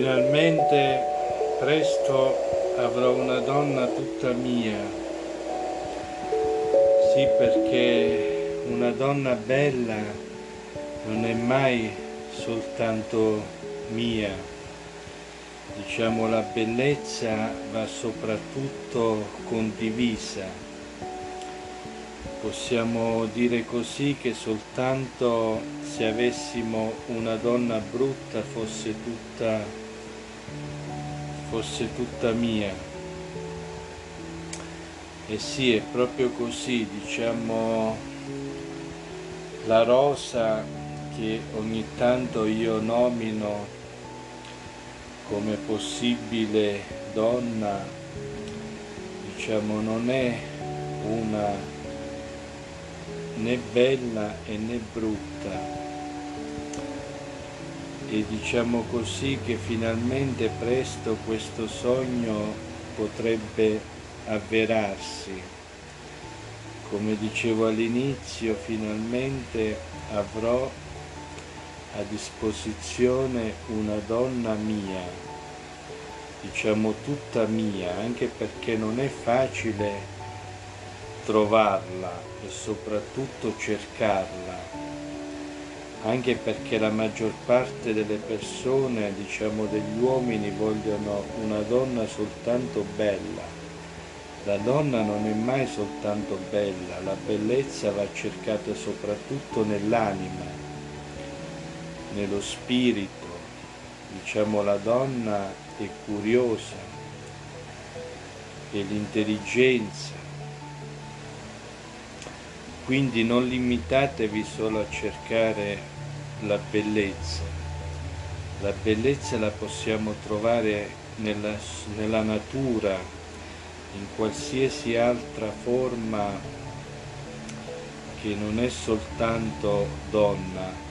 Finalmente presto avrò una donna tutta mia. Sì, perché una donna bella non è mai soltanto mia. Diciamo, la bellezza va soprattutto condivisa. Possiamo dire così che soltanto se avessimo una donna brutta fosse tutta mia. E sì, è proprio così, diciamo, la rosa che ogni tanto io nomino come possibile donna, diciamo, non è una né bella e né brutta. E diciamo così che finalmente presto questo sogno potrebbe avverarsi. Come dicevo all'inizio, finalmente avrò a disposizione una donna mia, diciamo tutta mia, anche perché non è facile trovarla e soprattutto cercarla, anche perché la maggior parte delle persone, diciamo degli uomini, vogliono una donna soltanto bella. La donna non è mai soltanto bella, la bellezza va cercata soprattutto nell'anima, nello spirito. Diciamo, la donna è curiosa, è l'intelligenza. Quindi non limitatevi solo a cercare la bellezza. La bellezza la possiamo trovare nella natura, in qualsiasi altra forma che non è soltanto donna.